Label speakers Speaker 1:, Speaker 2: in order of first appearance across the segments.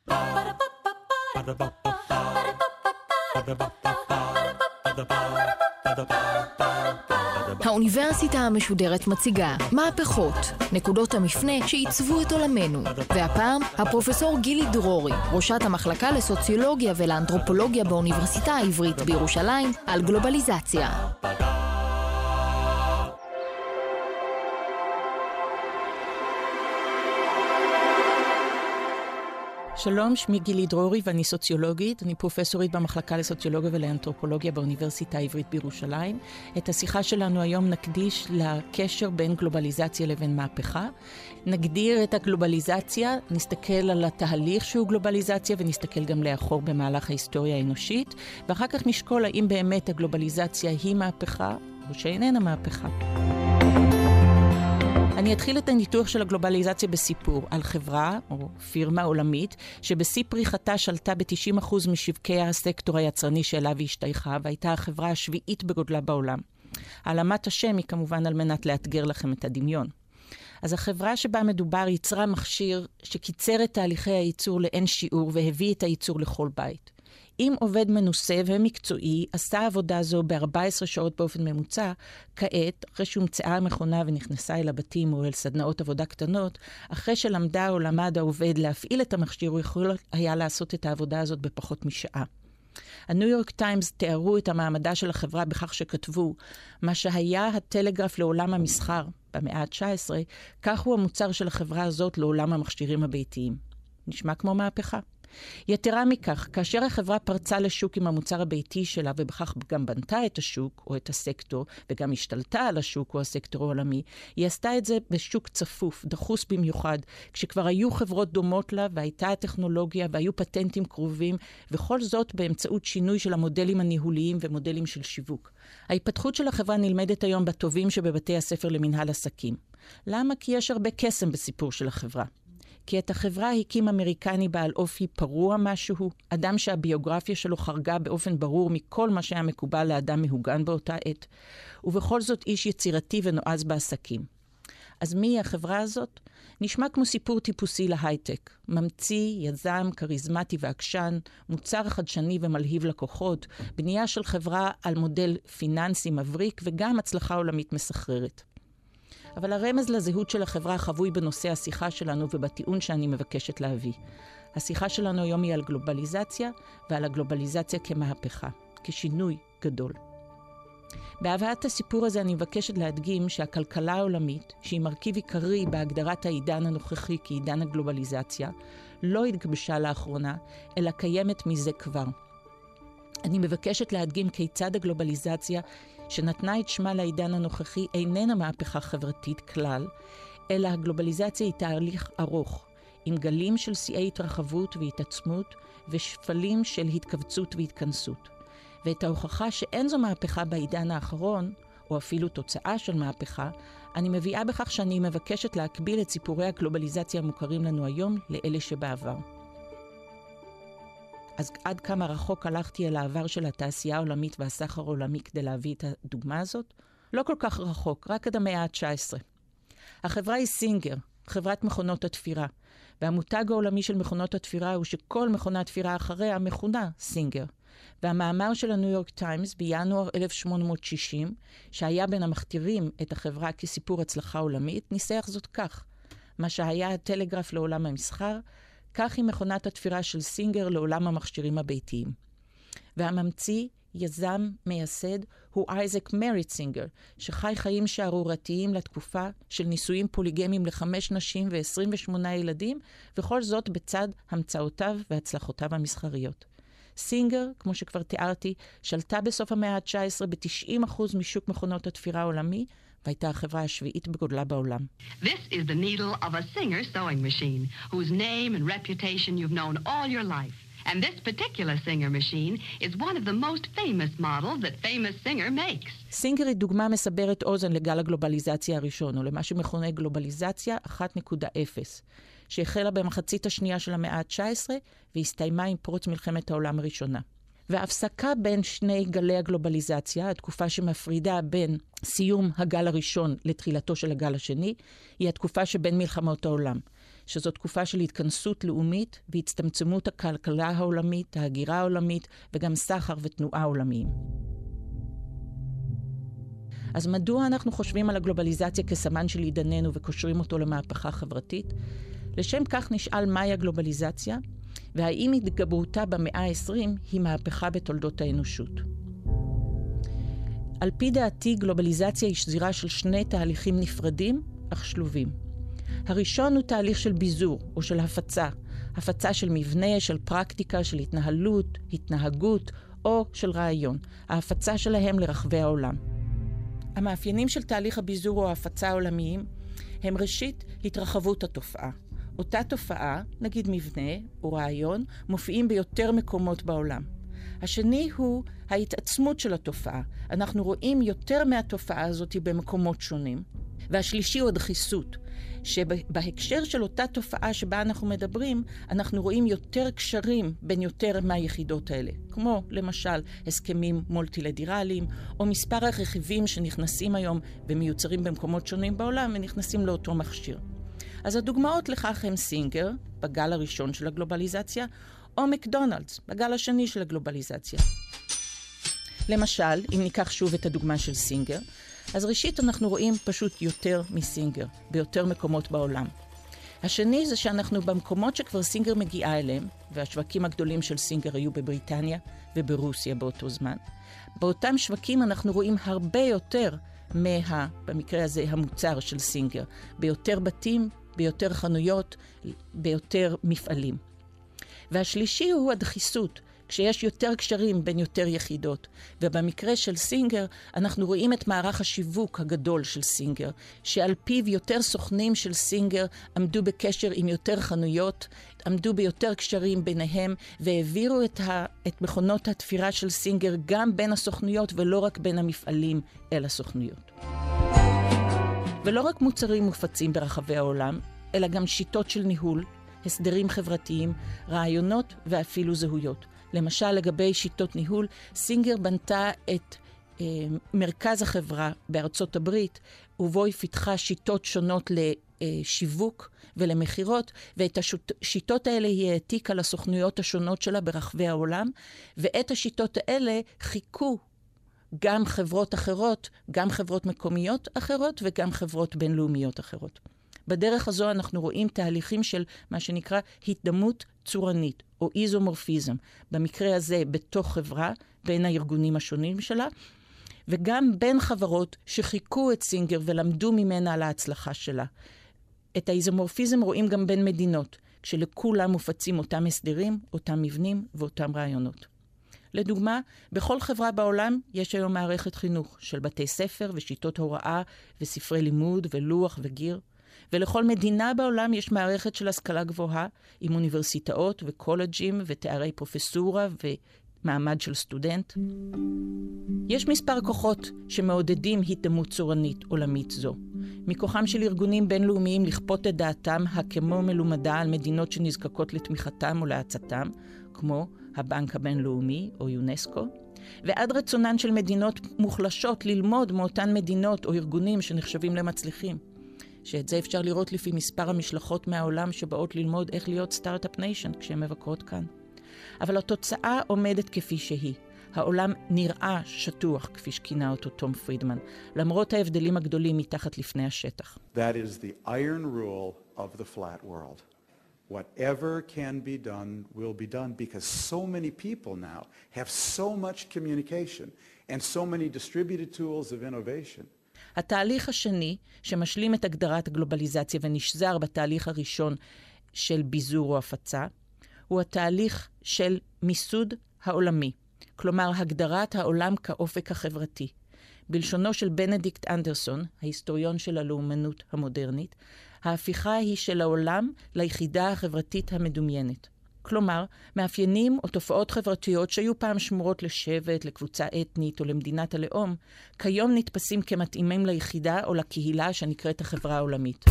Speaker 1: האוניברסיטה המשודרת מציגה מהפכות, נקודות המפנה שעיצבו את עולמנו. והפעם, הפרופסור גילי דרורי, ראשת המחלקה לסוציולוגיה ולאנתרופולוגיה באוניברסיטה העברית בירושלים, על גלובליזציה.
Speaker 2: שלום, שמי גילי דרורי ואני סוציולוגית, אני פרופסורית במחלקה לסוציולוגיה ולאנתרופולוגיה באוניברסיטה העברית בירושלים. את השיחה שלנו היום נקדיש לקשר בין גלובליזציה לבין מהפכה. נגדיר את הגלובליזציה, נסתכל על התהליך שהוא גלובליזציה ונסתכל גם לאחור במהלך ההיסטוריה האנושית, ואחר כך נשקול האם באמת הגלובליזציה היא מהפכה או שאיננה מהפכה. אני אתחיל את הניתוח של הגלובליזציה בסיפור על חברה או פירמה עולמית שבשיא פריחתה שלטה ב-90% משווקי הסקטור היצרני שאליו היא השתייכה והייתה החברה השביעית בגודלה בעולם. העלמת השם היא כמובן על מנת לאתגר לכם את הדמיון. אז החברה שבה מדובר ייצרה מכשיר שקיצר את תהליכי הייצור לאין שיעור והביא את הייצור לכל בית. אם עובד מנוסה ומקצועי עשה עבודה זו ב-14 שעות באופן ממוצע, כעת, אחרי שהומצאה המכונה ונכנסה אל הבתים או אל סדנאות עבודה קטנות, אחרי שלמדה או למד העובד להפעיל את המכשיר, הוא יכול היה לעשות את העבודה הזאת בפחות משעה. הניו יורק טיימס תיארו את המעמדה של החברה בכך שכתבו, מה שהיה הטלגרף לעולם המסחר במאה ה-19, כך הוא המוצר של החברה הזאת לעולם המכשירים הביתיים. נשמע כמו מהפכה. יתרה מכך, כאשר החברה פרצה לשוק עם המוצר הביתי שלה ובכך גם בנתה את השוק או את הסקטור וגם השתלטה על השוק או הסקטור העולמי, היא עשתה את זה בשוק צפוף, דחוס במיוחד, כשכבר היו חברות דומות לה והייתה הטכנולוגיה והיו פטנטים קרובים, וכל זאת באמצעות שינוי של המודלים הניהוליים ומודלים של שיווק. ההתפתחות של החברה נלמדת היום בטובים שבבתי הספר למנהל עסקים. למה? כי יש הרבה קסם בסיפור של החברה. כי את החברה הקים אמריקני בעל אופי פרוע משהו, אדם שהביוגרפיה שלו חרגה באופן ברור מכל מה שהיה מקובל לאדם מהוגן באותה עת, ובכל זאת איש יצירתי ונועז בעסקים. אז מי החברה הזאת? נשמע כמו סיפור טיפוסי להייטק. ממציא, יזם, קריזמטי ועקשן, מוצר חדשני ומלהיב לקוחות, בנייה של חברה על מודל פיננסי מבריק וגם הצלחה עולמית מסחררת. אבל הרמז לזהות של החברה חבוי בנושא השיחה שלנו ובטיעון שאני מבקשת להביא. השיחה שלנו היום היא על גלובליזציה ועל הגלובליזציה כמהפכה, כשינוי גדול. בהבאת הסיפור הזה אני מבקשת להדגים שהכלכלה העולמית, שהיא מרכיב עיקרי בהגדרת העידן הנוכחי כעידן הגלובליזציה, לא התגבשה לאחרונה, אלא קיימת מזה כבר. אני מבקשת להדגים כיצד הגלובליזציה שנתנה את שמה לעידן הנוכחי איננה מהפכה חברתית כלל, אלא הגלובליזציה היא תהליך ארוך, עם גלים של שיאי התרחבות והתעצמות ושפלים של התכווצות והתכנסות. ואת ההוכחה שאין זו מהפכה בעידן האחרון, או אפילו תוצאה של מהפכה, אני מביאה בכך שאני מבקשת להקביל את סיפורי הגלובליזציה המוכרים לנו היום לאלה שבעבר. אז עד כמה רחוק הלכתי אל העבר של התעשייה העולמית והסחר העולמי כדי להביא את הדוגמה הזאת? לא כל כך רחוק, רק עד המאה ה-19. החברה היא סינגר, חברת מכונות התפירה, והמותג העולמי של מכונות התפירה הוא שכל מכונת תפירה אחריה מכונה סינגר. והמאמר של הניו יורק טיימס בינואר 1860, שהיה בין המכתירים את החברה כסיפור הצלחה עולמית, ניסח זאת כך. מה שהיה הטלגרף לעולם המסחר, כך היא מכונת התפירה של סינגר לעולם המכשירים הביתיים. והממציא, יזם, מייסד, הוא אייזק מריט סינגר, שחי חיים שערורתיים לתקופה של נישואים פוליגמיים ל5 נשים ו28 ילדים, וכל זאת בצד המצאותיו והצלחותיו המסחריות. סינגר, כמו שכבר תיארתי, שלטה בסוף המאה ה-19 ב-90% משוק מכונות התפירה העולמי, והייתה החברה השביעית בגודלה בעולם.
Speaker 3: This is the needle of a Singer sewing machine, whose name and reputation you've known all your life. And this particular Singer machine is one of the most famous models that famous Singer makes.
Speaker 2: סינגר היא דוגמה מסברת אוזן לגל הגלובליזציה הראשון, או למה שמכונה גלובליזציה 1.0, שהחלה במחצית השנייה של המאה ה-19, והסתיימה עם פרוץ מלחמת העולם הראשונה. וההפסקה בין שני גלי הגלובליזציה, התקופה שמפרידה בין סיום הגל הראשון לתחילתו של הגל השני, היא התקופה שבין מלחמות העולם, שזו תקופה של התכנסות לאומית והצטמצמות הכלכלה העולמית, ההגירה העולמית וגם סחר ותנועה עולמיים. אז מדוע אנחנו חושבים על הגלובליזציה כסמן של עידננו וקושרים אותו למהפכה חברתית? לשם כך נשאל מהי הגלובליזציה, והאם התגברותה במאה ה-20 היא מהפכה בתולדות האנושות. על פי דעתי, גלובליזציה היא שזירה של שני תהליכים נפרדים, אך שלובים. הראשון הוא תהליך של ביזור, או של הפצה. הפצה של מבנה, של פרקטיקה, של התנהלות, התנהגות, או של רעיון. ההפצה שלהם לרחבי העולם. המאפיינים של תהליך הביזור או ההפצה העולמיים הם ראשית התרחבות התופעה. אותה תופעה, נגיד מבנה או רעיון, מופיעים ביותר מקומות בעולם. השני הוא ההתעצמות של התופעה. אנחנו רואים יותר מהתופעה הזאת במקומות שונים. והשלישי הוא הדחיסות, שבהקשר של אותה תופעה שבה אנחנו מדברים, אנחנו רואים יותר קשרים בין יותר מהיחידות האלה. כמו למשל הסכמים מולטילטרליים, או מספר הרכיבים שנכנסים היום ומיוצרים במקומות שונים בעולם ונכנסים לאותו מכשיר. אז הדוגמאות לכך הם סינגר, בגל הראשון של הגלובליזציה, או מקדונלדס, בגל השני של הגלובליזציה. למשל, אם ניקח שוב את הדוגמה של סינגר, אז ראשית אנחנו רואים פשוט יותר מסינגר, ביותר מקומות בעולם. השני זה שאנחנו במקומות שכבר סינגר מגיעה אליהם, והשווקים הגדולים של סינגר היו בבריטניה וברוסיה באותו זמן. באותם שווקים אנחנו רואים הרבה יותר במקרה הזה, המוצר של סינגר, ביותר בתים, ביותר חנויות, ביותר מפעלים. והשלישי הוא הדחיסות, כשיש יותר קשרים בין יותר יחידות. ובמקרה של סינגר, אנחנו רואים את מערך השיווק הגדול של סינגר, שעל פיו יותר סוכנים של סינגר עמדו בקשר עם יותר חנויות, עמדו ביותר קשרים ביניהם, והעבירו את מכונות התפירה של סינגר גם בין הסוכנויות ולא רק בין המפעלים אל הסוכנויות. ולא רק מוצרים מופצים ברחבי העולם, אלא גם שיטות של ניהול, הסדרים חברתיים, רעיונות ואפילו זהויות. למשל, לגבי שיטות ניהול, סינגר בנתה את מרכז החברה בארצות הברית, ובו היא פיתחה שיטות שונות לשיווק ולמחירות, ואת השיטות האלה היא העתיקה לסוכנויות השונות שלה ברחבי העולם, ואת השיטות האלה חיכו גם חברות אחרות, גם חברות מקומיות אחרות וגם חברות בינלאומיות אחרות. בדרך הזו אנחנו רואים תהליכים של מה שנקרא התדמות צורנית, או איזומורפיזם, במקרה הזה בתוך חברה, בין הארגונים השונים שלה, וגם בין חברות שחיכו את סינגר ולמדו ממנה על ההצלחה שלה. את האיזומורפיזם רואים גם בין מדינות, כשלכולם מופצים אותם הסדרים, אותם מבנים ואותם רעיונות. לדוגמה, בכל חברה בעולם יש היום מערכת חינוך של בתי ספר ושיטות הוראה וספרי לימוד ולוח וגיר. ולכל מדינה בעולם יש מערכת של השכלה גבוהה, עם אוניברסיטאות וקולג'ים ותארי פרופסורה ומעמד של סטודנט. יש מספר כוחות שמעודדים התדמות צורנית עולמית זו. מכוחם של ארגונים בינלאומיים לכפות את דעתם הכמו מלומדה על מדינות שנזקקות לתמיכתם או להצעתם, כמו הבנק הבינלאומי או יונסקו, ועד רצונן של מדינות מוחלשות ללמוד מאותן מדינות או ארגונים שנחשבים למצליחים. שאת זה אפשר לראות לפי מספר המשלחות מהעולם שבאות ללמוד איך להיות סטארט-אפ ניישן כשהן מבקרות כאן. אבל התוצאה עומדת כפי שהיא. העולם נראה שטוח, כפי שכינה אותו תום פרידמן, למרות ההבדלים הגדולים מתחת לפני השטח.
Speaker 4: That is the iron rule of the flat world. Whatever can be done will be done because so many people now have so much communication and so many distributed tools of innovation.
Speaker 2: התהליך השני, שמשלים את הגדרת הגלובליזציה ונשזר בתהליך הראשון של ביזור או הפצה, הוא התהליך של מיסוד העולמי, כלומר הגדרת העולם כאופק החברתי. בלשונו של בנדיקט אנדרסון, ההיסטוריון של הלאומנות המודרנית, ההפיכה היא של העולם ליחידה החברתית המדומיינת. כלומר, מאפיינים או תופעות חברתיות שהיו פעם שמורות לשבט, לקבוצה אתנית או למדינת הלאום, כיום נתפסים כמתאימים ליחידה או לקהילה שנקראת החברה העולמית.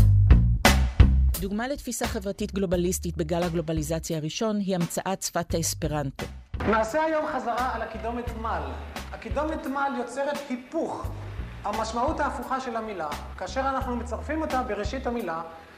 Speaker 2: דוגמה לתפיסה חברתית גלובליסטית בגל הגלובליזציה הראשון היא המצאת שפת האספרנטו.
Speaker 5: נעשה היום חזרה על הקידומת מל. הקידומת מל יוצרת היפוך, המשמעות ההפוכה של המילה. כאשר אנחנו מצרפים אותה בראשית המילה,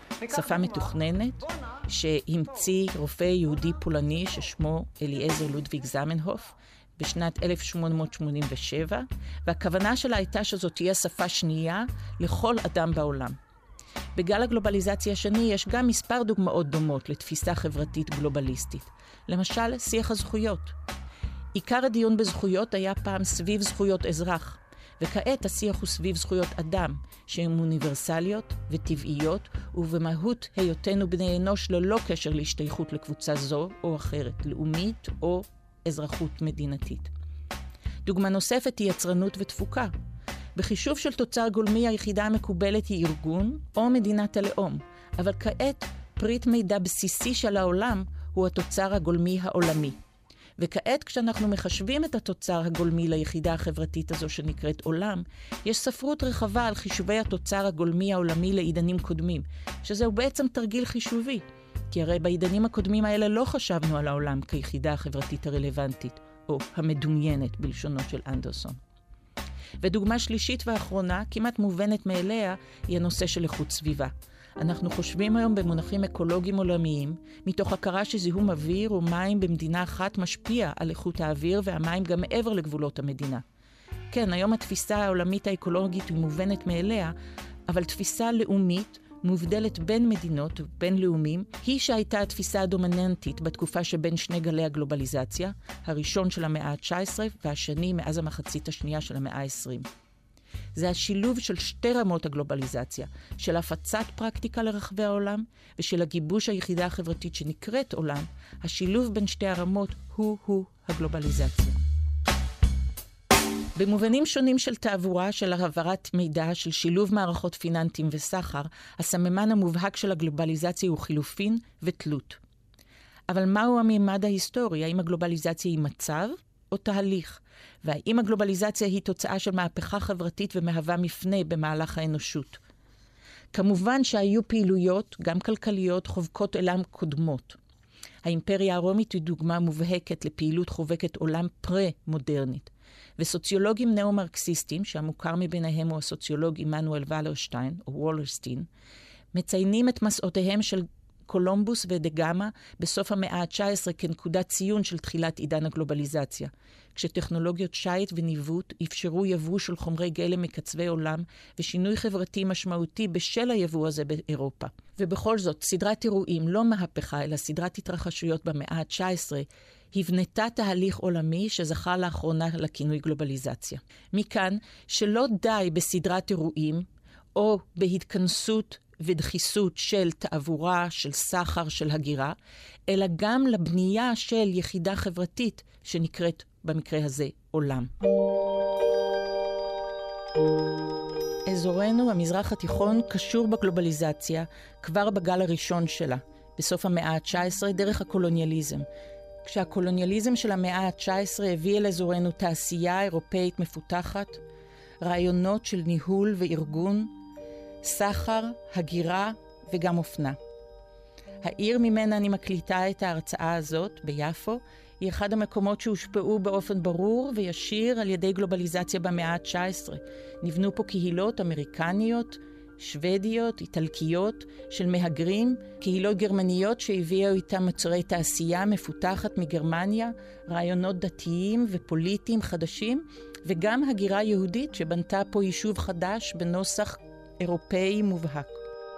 Speaker 2: שפה מתוכננת שהמציא רופא יהודי פולני ששמו אליעזר לודוויג זמנהוף בשנת 1887, והכוונה שלה הייתה שזאת תהיה שפה שנייה לכל אדם בעולם. בגל הגלובליזציה השני יש גם מספר דוגמאות דומות לתפיסה חברתית גלובליסטית. למשל, שיח הזכויות. עיקר הדיון בזכויות היה פעם סביב זכויות אזרח, וכעת השיח הוא סביב זכויות אדם, שהן אוניברסליות וטבעיות, ובמהות היותנו בני אנוש ללא קשר להשתייכות לקבוצה זו או אחרת, לאומית או אזרחות מדינתית. דוגמה נוספת היא יצרנות ותפוקה. בחישוב של תוצר גולמי היחידה המקובלת היא ארגון או מדינת הלאום, אבל כעת פריט מידע בסיסי של העולם הוא התוצר הגולמי העולמי. וכעת כשאנחנו מחשבים את התוצר הגולמי ליחידה החברתית הזו שנקראת עולם, יש ספרות רחבה על חישובי התוצר הגולמי העולמי לעידנים קודמים, שזהו בעצם תרגיל חישובי, כי הרי בעידנים הקודמים האלה לא חשבנו על העולם כיחידה החברתית הרלוונטית, או המדומיינת בלשונו של אנדרסון. ודוגמה שלישית ואחרונה, כמעט מובנת מאליה, היא הנושא של איכות סביבה. אנחנו חושבים היום במונחים אקולוגיים עולמיים, מתוך הכרה שזיהום אוויר או מים במדינה אחת משפיע על איכות האוויר והמים גם מעבר לגבולות המדינה. כן, היום התפיסה העולמית האקולוגית היא מובנת מאליה, אבל תפיסה לאומית, מובדלת בין מדינות ובין לאומים, היא שהייתה התפיסה הדומיננטית בתקופה שבין שני גלי הגלובליזציה, הראשון של המאה ה-19 והשני מאז המחצית השנייה של המאה ה-20. זה השילוב של שתי רמות הגלובליזציה, של הפצת פרקטיקה לרחבי העולם ושל הגיבוש היחידה החברתית שנקראת עולם. השילוב בין שתי הרמות הוא הגלובליזציה. במובנים שונים של תעבורה, של העברת מידע, של שילוב מערכות פיננסיים וסחר, הסממן המובהק של הגלובליזציה הוא חילופין ותלות. אבל מהו הממד ההיסטורי? האם הגלובליזציה היא מצב או תהליך? והאם הגלובליזציה היא תוצאה של מהפכה חברתית ומהווה מפנה במהלך האנושות? כמובן שהיו פעילויות, גם כלכליות, חובקות עולם קודמות. האימפריה הרומית היא דוגמה מובהקת לפעילות חובקת עולם פרה-מודרנית. וסוציולוגים נאו-מרקסיסטים, שהמוכר מביניהם הוא הסוציולוג עמנואל ולרשטיין, או וולרסטיין, מציינים את מסעותיהם של קולומבוס ודה גאמה בסוף המאה ה-19 כנקודת ציון של תחילת עידן הגלובליזציה, כשטכנולוגיות שייט וניווט אפשרו יבוא של חומרי גלם מקצווי עולם ושינוי חברתי משמעותי בשל היבוא הזה באירופה. ובכל זאת, סדרת אירועים, לא מהפכה, אלא סדרת התרחשויות במאה ה-19, הבנתה תהליך עולמי שזכה לאחרונה לכינוי גלובליזציה. מכאן שלא די בסדרת אירועים או בהתכנסות ודחיסות של תעבורה, של סחר, של הגירה, אלא גם לבנייה של יחידה חברתית שנקראת במקרה הזה עולם. אזורנו, המזרח התיכון, קשור בגלובליזציה כבר בגל הראשון שלה, בסוף המאה ה-19, דרך הקולוניאליזם. כשהקולוניאליזם של המאה ה-19 הביא אל אזורנו תעשייה אירופאית מפותחת, רעיונות של ניהול וארגון, סחר, הגירה וגם אופנה. העיר ממנה אני מקליטה את ההרצאה הזאת, ביפו, היא אחד המקומות שהושפעו באופן ברור וישיר על ידי גלובליזציה במאה ה-19. נבנו פה קהילות אמריקניות, שוודיות, איטלקיות, של מהגרים, קהילות גרמניות שהביאו איתם מוצרי תעשייה מפותחת מגרמניה, רעיונות דתיים ופוליטיים חדשים, וגם הגירה יהודית שבנתה פה יישוב חדש בנוסח אירופאי מובהק.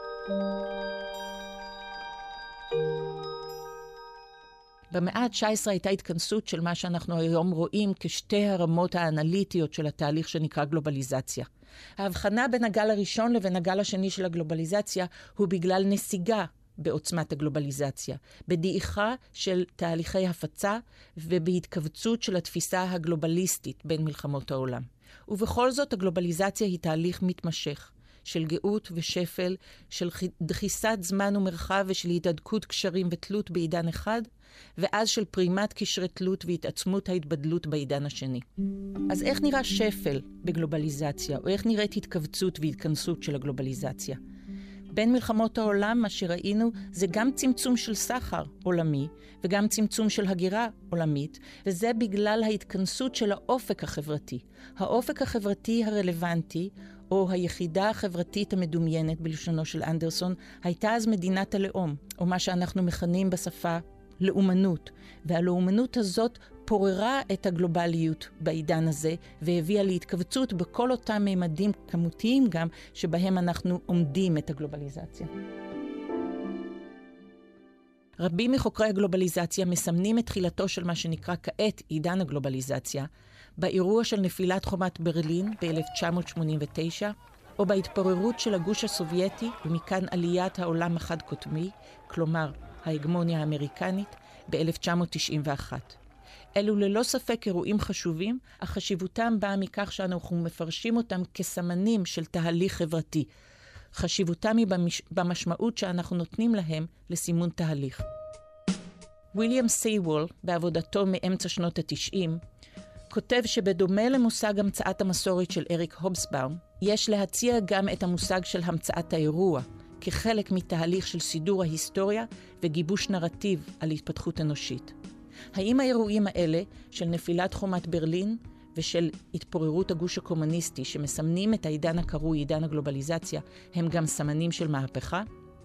Speaker 2: במאה ה-19 הייתה התכנסות של מה שאנחנו היום רואים כשתי הרמות האנליטיות של התהליך שנקרא גלובליזציה. ההבחנה בין הגל הראשון לבין הגל השני של הגלובליזציה הוא בגלל נסיגה בעוצמת הגלובליזציה, בדעיכה של תהליכי הפצה ובהתכווצות של התפיסה הגלובליסטית בין מלחמות העולם. ובכל זאת הגלובליזציה היא תהליך מתמשך. של גאות ושפל, של דחיסת זמן ומרחב ושל התהדקות קשרים ותלות בעידן אחד, ואז של פרימת קשרי תלות והתעצמות ההתבדלות בעידן השני. אז איך נראה שפל בגלובליזציה, או איך נראית התכווצות והתכנסות של הגלובליזציה? בין מלחמות העולם מה שראינו זה גם צמצום של סחר עולמי וגם צמצום של הגירה עולמית, וזה בגלל ההתכנסות של האופק החברתי. האופק החברתי הרלוונטי, או היחידה החברתית המדומיינת בלשונו של אנדרסון, הייתה אז מדינת הלאום, או מה שאנחנו מכנים בשפה לאומנות. והלאומנות הזאת פוררה את הגלובליות בעידן הזה, והביאה להתכווצות בכל אותם ממדים כמותיים גם, שבהם אנחנו עומדים את הגלובליזציה. רבים מחוקרי הגלובליזציה מסמנים את תחילתו של מה שנקרא כעת עידן הגלובליזציה, באירוע של נפילת חומת ברלין ב-1989, או בהתפוררות של הגוש הסובייטי, ומכאן עליית העולם החד קוטמי, כלומר ההגמוניה האמריקנית, ב-1991. אלו ללא ספק אירועים חשובים, אך חשיבותם באה מכך שאנחנו מפרשים אותם כסמנים של תהליך חברתי. חשיבותם היא במשמעות שאנחנו נותנים להם לסימון תהליך. ויליאם סייוול, בעבודתו מאמצע שנות ה-90, כותב שבדומה למושג המצאת המסורת של אריק הובסבאום, יש להציע גם את המושג של המצאת האירוע, כחלק מתהליך של סידור ההיסטוריה וגיבוש נרטיב על התפתחות אנושית. האם האירועים האלה של נפילת חומת ברלין ושל התפוררות הגוש הקומוניסטי שמסמנים את העידן הקרוי עידן הגלובליזציה הם גם סמנים של מהפכה?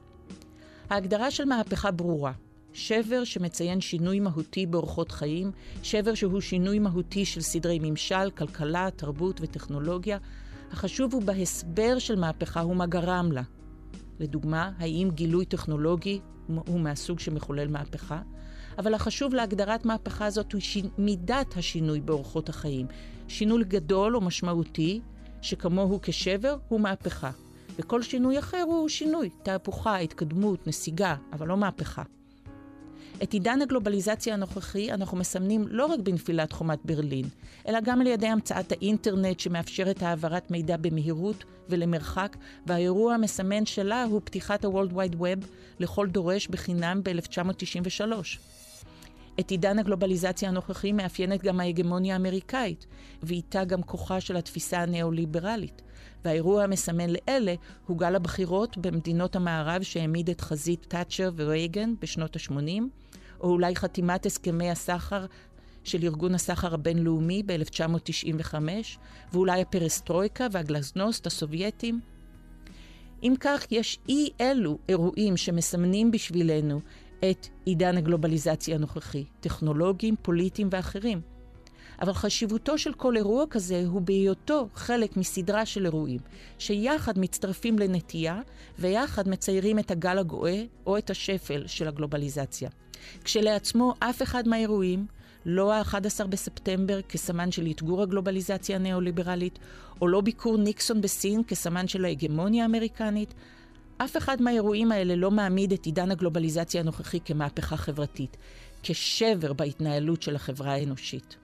Speaker 2: ההגדרה של מהפכה ברורה. שבר שמציין שינוי מהותי באורחות חיים, שבר שהוא שינוי מהותי של סדרי ממשל, כלכלה, תרבות וטכנולוגיה. החשוב הוא בהסבר של מהפכה הוא מה גרם לה. לדוגמה, האם גילוי טכנולוגי הוא מהסוג שמחולל מהפכה? אבל החשוב להגדרת מהפכה הזאת הוא מידת השינוי באורחות החיים. שינוי גדול או משמעותי, שכמוהו כשבר, הוא מהפכה. וכל שינוי אחר הוא שינוי, תהפוכה, התקדמות, נסיגה, אבל לא מהפכה. את עידן הגלובליזציה הנוכחי אנחנו מסמנים לא רק בנפילת חומת ברלין, אלא גם על ידי המצאת האינטרנט שמאפשרת העברת מידע במהירות ולמרחק, והאירוע המסמן שלה הוא פתיחת ה-World Wide Web לכל דורש בחינם ב-1993. את עידן הגלובליזציה הנוכחי מאפיינת גם ההגמוניה האמריקאית, ואיתה גם כוחה של התפיסה הנאו-ליברלית. והאירוע המסמן לאלה הוא גל הבחירות במדינות המערב שהעמיד את חזית תאצ'ר ורייגן בשנות ה-80, או אולי חתימת הסכמי הסחר של ארגון הסחר הבינלאומי ב-1995, ואולי הפרסטרויקה והגלזנוסט הסובייטים. אם כך, יש אי אלו אירועים שמסמנים בשבילנו את עידן הגלובליזציה הנוכחי, טכנולוגיים, פוליטיים ואחרים. אבל חשיבותו של כל אירוע כזה הוא בהיותו חלק מסדרה של אירועים, שיחד מצטרפים לנטייה, ויחד מציירים את הגל הגואה או את השפל של הגלובליזציה. כשלעצמו אף אחד מהאירועים, לא ה-11 בספטמבר כסמן של אתגור הגלובליזציה הנאו-ליברלית, או לא ביקור ניקסון בסין כסמן של ההגמוניה האמריקנית, אף אחד מהאירועים האלה לא מעמיד את עידן הגלובליזציה הנוכחי כמהפכה חברתית, כשבר בהתנהלות של החברה האנושית.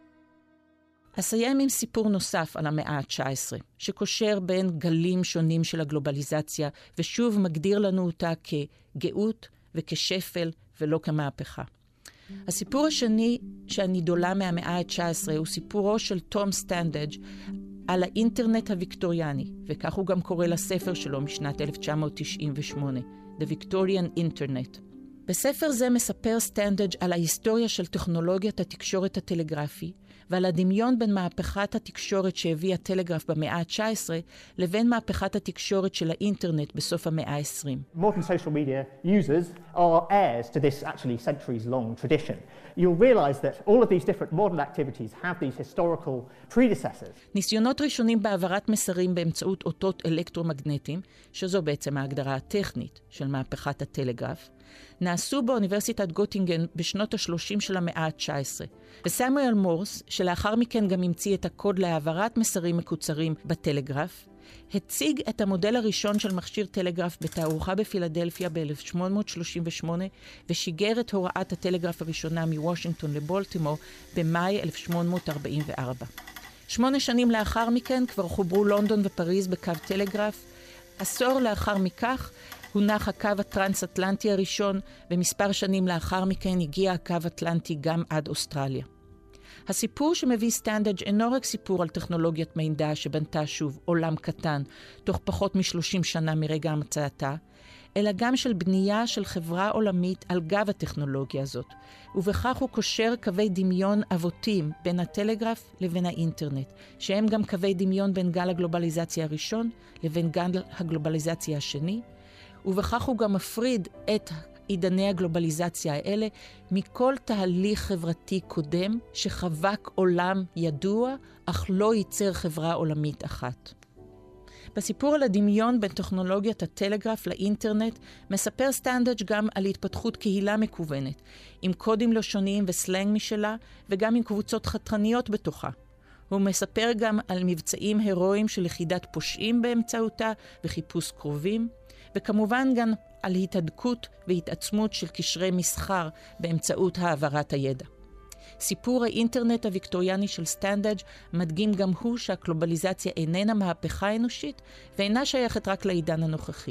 Speaker 2: אסיים עם סיפור נוסף על המאה ה-19, שקושר בין גלים שונים של הגלובליזציה, ושוב מגדיר לנו אותה כגאות וכשפל ולא כמהפכה. הסיפור השני שאני דולה מהמאה ה-19 הוא סיפורו של תום סטנדג' על האינטרנט הוויקטוריאני, וכך הוא גם קורא לספר שלו משנת 1998, The Victorian Internet. בספר זה מספר סטנדג' על ההיסטוריה של טכנולוגיית התקשורת הטלגרפי, ועל הדמיון בין מהפכת התקשורת שהביא הטלגרף במאה ה-19 לבין מהפכת התקשורת של האינטרנט בסוף המאה ה-20.
Speaker 6: Modern social media users are heirs to this actually centuries-long tradition. You'll realize that all of these different modern activities have these historical predecessors.
Speaker 2: ניסיונות ראשונים בהעברת מסרים באמצעות אותות אלקטרומגנטיים, שזו בעצם ההגדרה הטכנית של מהפכת הטלגרף, נעשו באוניברסיטת גוטינגן בשנות ה-30 של המאה ה-19. וסמואל מורס, שלאחר מכן גם המציא את הקוד להעברת מסרים מקוצרים בטלגרף, הציג את המודל הראשון של מכשיר טלגרף בתערוכה בפילדלפיה ב-1838, ושיגר את הוראת הטלגרף הראשונה מוושינגטון לבולטימור במאי 1844. 8 שנים לאחר מכן כבר חוברו לונדון ופריז בקו טלגרף. עשור לאחר מכך הונח הקו הטרנס-אטלנטי הראשון, ומספר שנים לאחר מכן הגיע הקו אטלנטי גם עד אוסטרליה. הסיפור שמביא סטנדג' אינו רק סיפור על טכנולוגיית מידע שבנתה שוב עולם קטן, תוך פחות מ-30 שנה מרגע המצאתה, אלא גם של בנייה של חברה עולמית על גב הטכנולוגיה הזאת, ובכך הוא קושר קווי דמיון אבותים בין הטלגרף לבין האינטרנט, שהם גם קווי דמיון בין גל הגלובליזציה הראשון לבין גל הגלובליזציה השני, ובכך הוא גם מפריד את עידני הגלובליזציה האלה מכל תהליך חברתי קודם שחבק עולם ידוע, אך לא ייצר חברה עולמית אחת. בסיפור על הדמיון בין טכנולוגיית הטלגרף לאינטרנט, מספר סטנדג' גם על התפתחות קהילה מקוונת, עם קודים לשוניים וסלנג משלה, וגם עם קבוצות חתרניות בתוכה. הוא מספר גם על מבצעים הירואיים של יחידת פושעים באמצעותה וחיפוש קרובים, וכמובן גם על התהדקות והתעצמות של קשרי מסחר באמצעות העברת הידע. סיפור האינטרנט הוויקטוריאני של סטנדג' מדגים גם הוא שהגלובליזציה איננה מהפכה אנושית ואינה שייכת רק לעידן הנוכחי.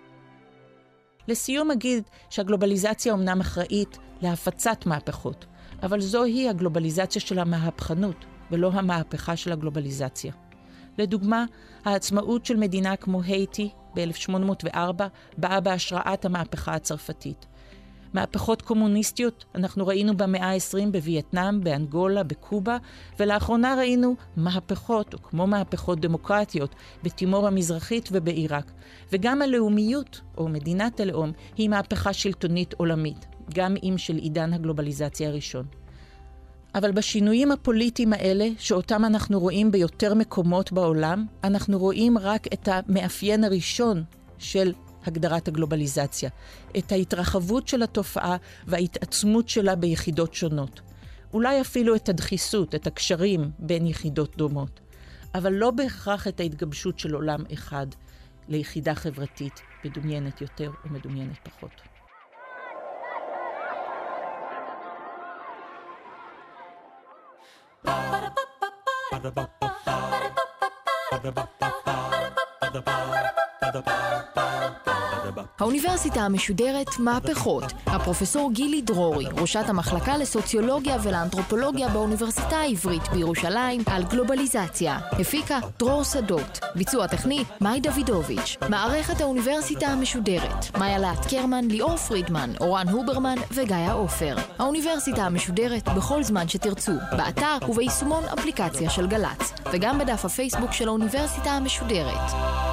Speaker 2: לסיום אגיד שהגלובליזציה אומנם אחראית להפצת מהפכות, אבל זוהי הגלובליזציה של המהפכנות ולא המהפכה של הגלובליזציה. לדוגמה, העצמאות של מדינה כמו הייטי ב-1804 באה בהשראת המהפכה הצרפתית. מהפכות קומוניסטיות אנחנו ראינו במאה ה-20 בווייטנאם, באנגולה, בקובה, ולאחרונה ראינו מהפכות, או כמו מהפכות דמוקרטיות, בתימור המזרחית ובעיראק. וגם הלאומיות, או מדינת הלאום, היא מהפכה שלטונית עולמית, גם אם של עידן הגלובליזציה הראשון. אבל בשינויים הפוליטיים האלה, שאותם אנחנו רואים ביותר מקומות בעולם, אנחנו רואים רק את המאפיין הראשון של הגדרת הגלובליזציה, את ההתרחבות של התופעה וההתעצמות שלה ביחידות שונות. אולי אפילו את הדחיסות, את הקשרים בין יחידות דומות, אבל לא בהכרח את ההתגבשות של עולם אחד ליחידה חברתית מדומיינת יותר או מדומיינת פחות.
Speaker 1: האוניברסיטה המשודרת מהפכות. הפרופסור גילי דרורי, ראשת המחלקה לסוציולוגיה ולאנתרופולוגיה באוניברסיטה העברית בירושלים, על גלובליזציה. הפיקה דרור שדות. ביצוע טכני מאי דוידוביץ'. מערכת האוניברסיטה המשודרת. מאיה לאט קרמן, ליאור פרידמן, אורן הוברמן וגיא עופר. האוניברסיטה המשודרת בכל זמן שתרצו, באתר וביישומון אפליקציה של גל"צ, וגם בדף הפייסבוק של האוניברסיטה המשודרת.